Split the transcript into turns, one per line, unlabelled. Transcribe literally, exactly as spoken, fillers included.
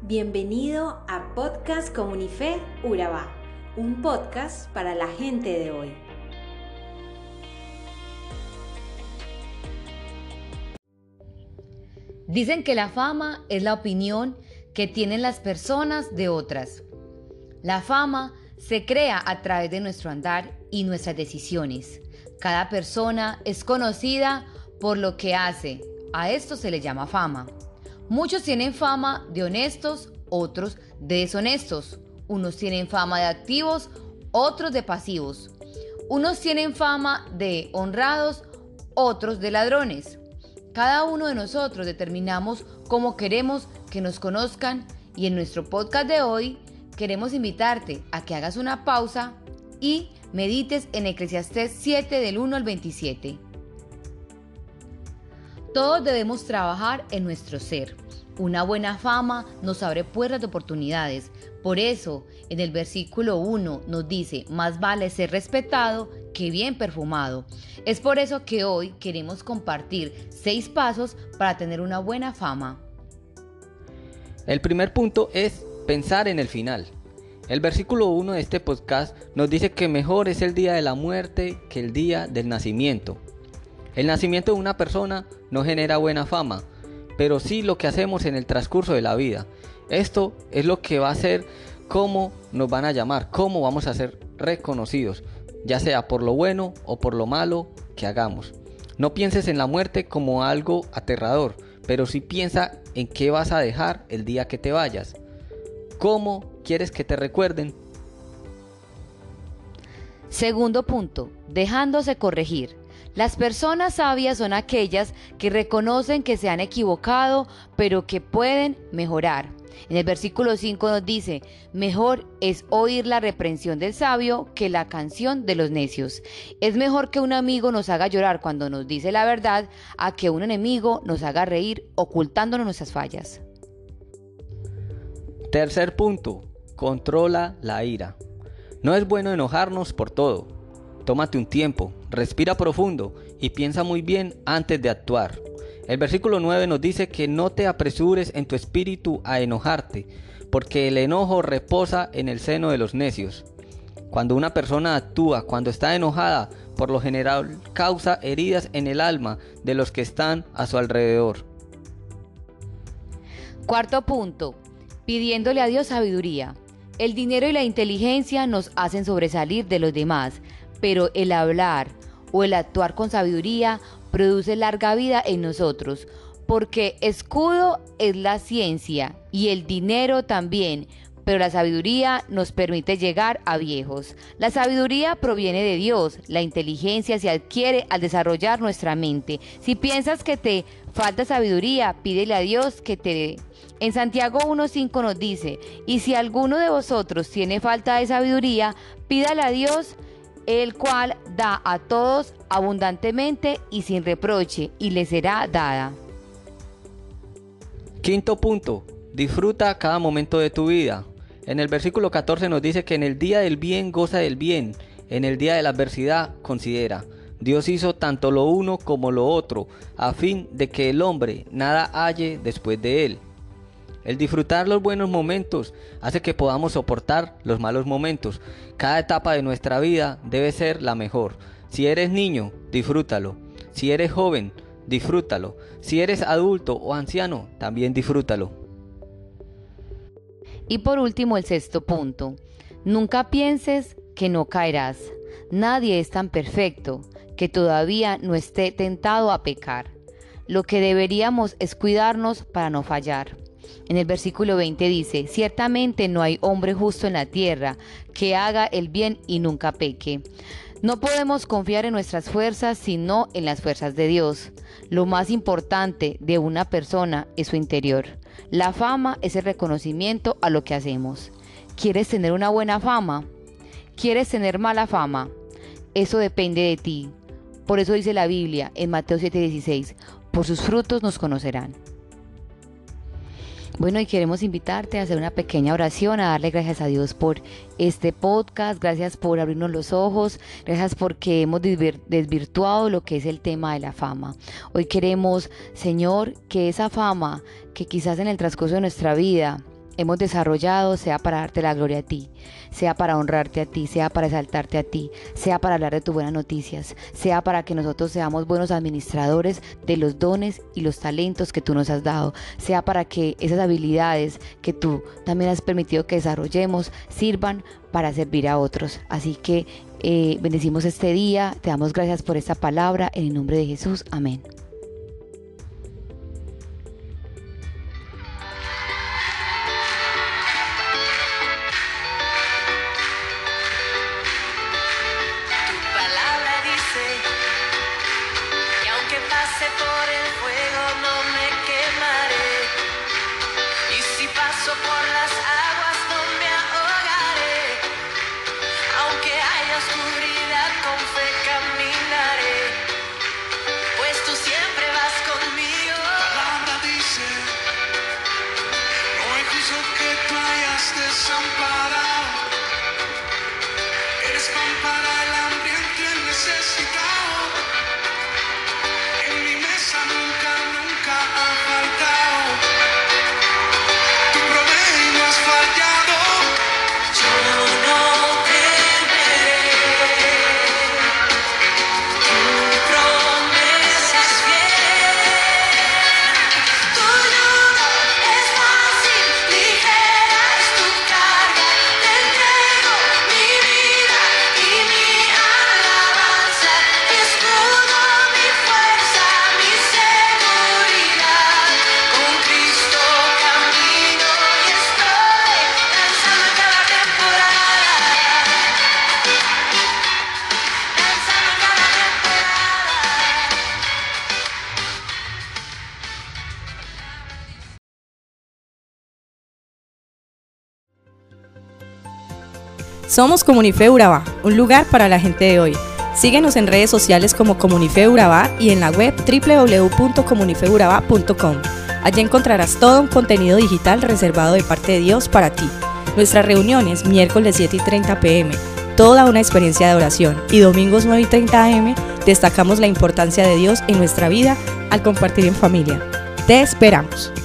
Bienvenido a Podcast Comunife Urabá, un podcast para la gente de hoy.
Dicen que la fama es la opinión que tienen las personas de otras. La fama se crea a través de nuestro andar y nuestras decisiones. Cada persona es conocida por lo que hace. A esto se le llama fama. Muchos tienen fama de honestos, otros de deshonestos. Unos tienen fama de activos, otros de pasivos. Unos tienen fama de honrados, otros de ladrones. Cada uno de nosotros determinamos cómo queremos que nos conozcan y en nuestro podcast de hoy queremos invitarte a que hagas una pausa y medites en Eclesiastés siete del uno al veintisiete. Todos debemos trabajar en nuestro ser. Una buena fama nos abre puertas de oportunidades. Por eso, en el versículo uno nos dice, más vale ser respetado que bien perfumado. Es por eso que hoy queremos compartir seis pasos para tener una buena fama.
El primer punto es pensar en el final. El versículo uno de este podcast nos dice que mejor es el día de la muerte que el día del nacimiento. El nacimiento de una persona no genera buena fama, pero sí lo que hacemos en el transcurso de la vida. Esto es lo que va a ser cómo nos van a llamar, cómo vamos a ser reconocidos, ya sea por lo bueno o por lo malo que hagamos. No pienses en la muerte como algo aterrador, pero sí piensa en qué vas a dejar el día que te vayas. ¿Cómo quieres que te recuerden?
Segundo punto, dejándose corregir. Las personas sabias son aquellas que reconocen que se han equivocado, pero que pueden mejorar. En el versículo cinco nos dice, mejor es oír la reprensión del sabio que la canción de los necios. Es mejor que un amigo nos haga llorar cuando nos dice la verdad, a que un enemigo nos haga reír ocultándonos nuestras fallas.
Tercer punto, controla la ira. No es bueno enojarnos por todo. Tómate un tiempo, respira profundo y piensa muy bien antes de actuar. El versículo nueve nos dice que no te apresures en tu espíritu a enojarte, porque el enojo reposa en el seno de los necios. Cuando una persona actúa, cuando está enojada, por lo general causa heridas en el alma de los que están a su alrededor.
Cuarto punto, pidiéndole a Dios sabiduría. El dinero y la inteligencia nos hacen sobresalir de los demás, pero el hablar o el actuar con sabiduría produce larga vida en nosotros, porque escudo es la ciencia y el dinero también, pero la sabiduría nos permite llegar a viejos. La sabiduría proviene de Dios, la inteligencia se adquiere al desarrollar nuestra mente. Si piensas que te falta sabiduría, pídele a Dios que te dé. En Santiago uno cinco nos dice, y si alguno de vosotros tiene falta de sabiduría, pídale a Dios, el cual da a todos abundantemente y sin reproche, y le será dada.
Quinto punto, disfruta cada momento de tu vida. En el versículo catorce nos dice que en el día del bien goza del bien, en el día de la adversidad considera. Dios hizo tanto lo uno como lo otro, a fin de que el hombre nada halle después de él. El disfrutar los buenos momentos hace que podamos soportar los malos momentos. Cada etapa de nuestra vida debe ser la mejor. Si eres niño, disfrútalo. Si eres joven, disfrútalo. Si eres adulto o anciano, también disfrútalo.
Y por último, el sexto punto. Nunca pienses que no caerás. Nadie es tan perfecto que todavía no esté tentado a pecar. Lo que deberíamos es cuidarnos para no fallar. En el versículo veinte dice, ciertamente no hay hombre justo en la tierra que haga el bien y nunca peque. No podemos confiar en nuestras fuerzas sino en las fuerzas de Dios. Lo más importante de una persona es su interior. La fama es el reconocimiento a lo que hacemos. ¿Quieres tener una buena fama? ¿Quieres tener mala fama? Eso depende de ti. Por eso dice la Biblia en Mateo siete dieciséis, por sus frutos nos conocerán. Bueno, y queremos invitarte a hacer una pequeña oración, a darle gracias a Dios por este podcast, gracias por abrirnos los ojos, gracias porque hemos desvirtuado lo que es el tema de la fama. Hoy queremos, Señor, que esa fama que quizás en el transcurso de nuestra vida hemos desarrollado sea para darte la gloria a ti, sea para honrarte a ti, sea para exaltarte a ti, sea para hablar de tus buenas noticias, sea para que nosotros seamos buenos administradores de los dones y los talentos que tú nos has dado, sea para que esas habilidades que tú también has permitido que desarrollemos sirvan para servir a otros. Así que eh, bendecimos este día, te damos gracias por esta palabra, en el nombre de Jesús, amén.
Pase por el fuego no me quemaré, y si paso por las aguas no me ahogaré, aunque haya oscuridad con fe caminaré, pues tú siempre vas conmigo.
Tu palabra dice, no hay justo que tú hayas desamparado, eres pan para el hambriento y el necesitado. Nunca, nunca ha faltado. Tu promesa no has fallado.
Yo no temeré. Tu promesa es fiel. Tu yugo es fácil, ligera es tu carga. Te entrego mi vida y mi alabanza, mi escudo, mi fuerza.
Somos Comunife Urabá, un lugar para la gente de hoy. Síguenos en redes sociales como Comunife Urabá y en la web doble u doble u doble u punto comunife urabá punto com. Allí encontrarás todo un contenido digital reservado de parte de Dios para ti. Nuestras reuniones miércoles siete y treinta pm, toda una experiencia de oración, y domingos nueve y treinta am destacamos la importancia de Dios en nuestra vida al compartir en familia. Te esperamos.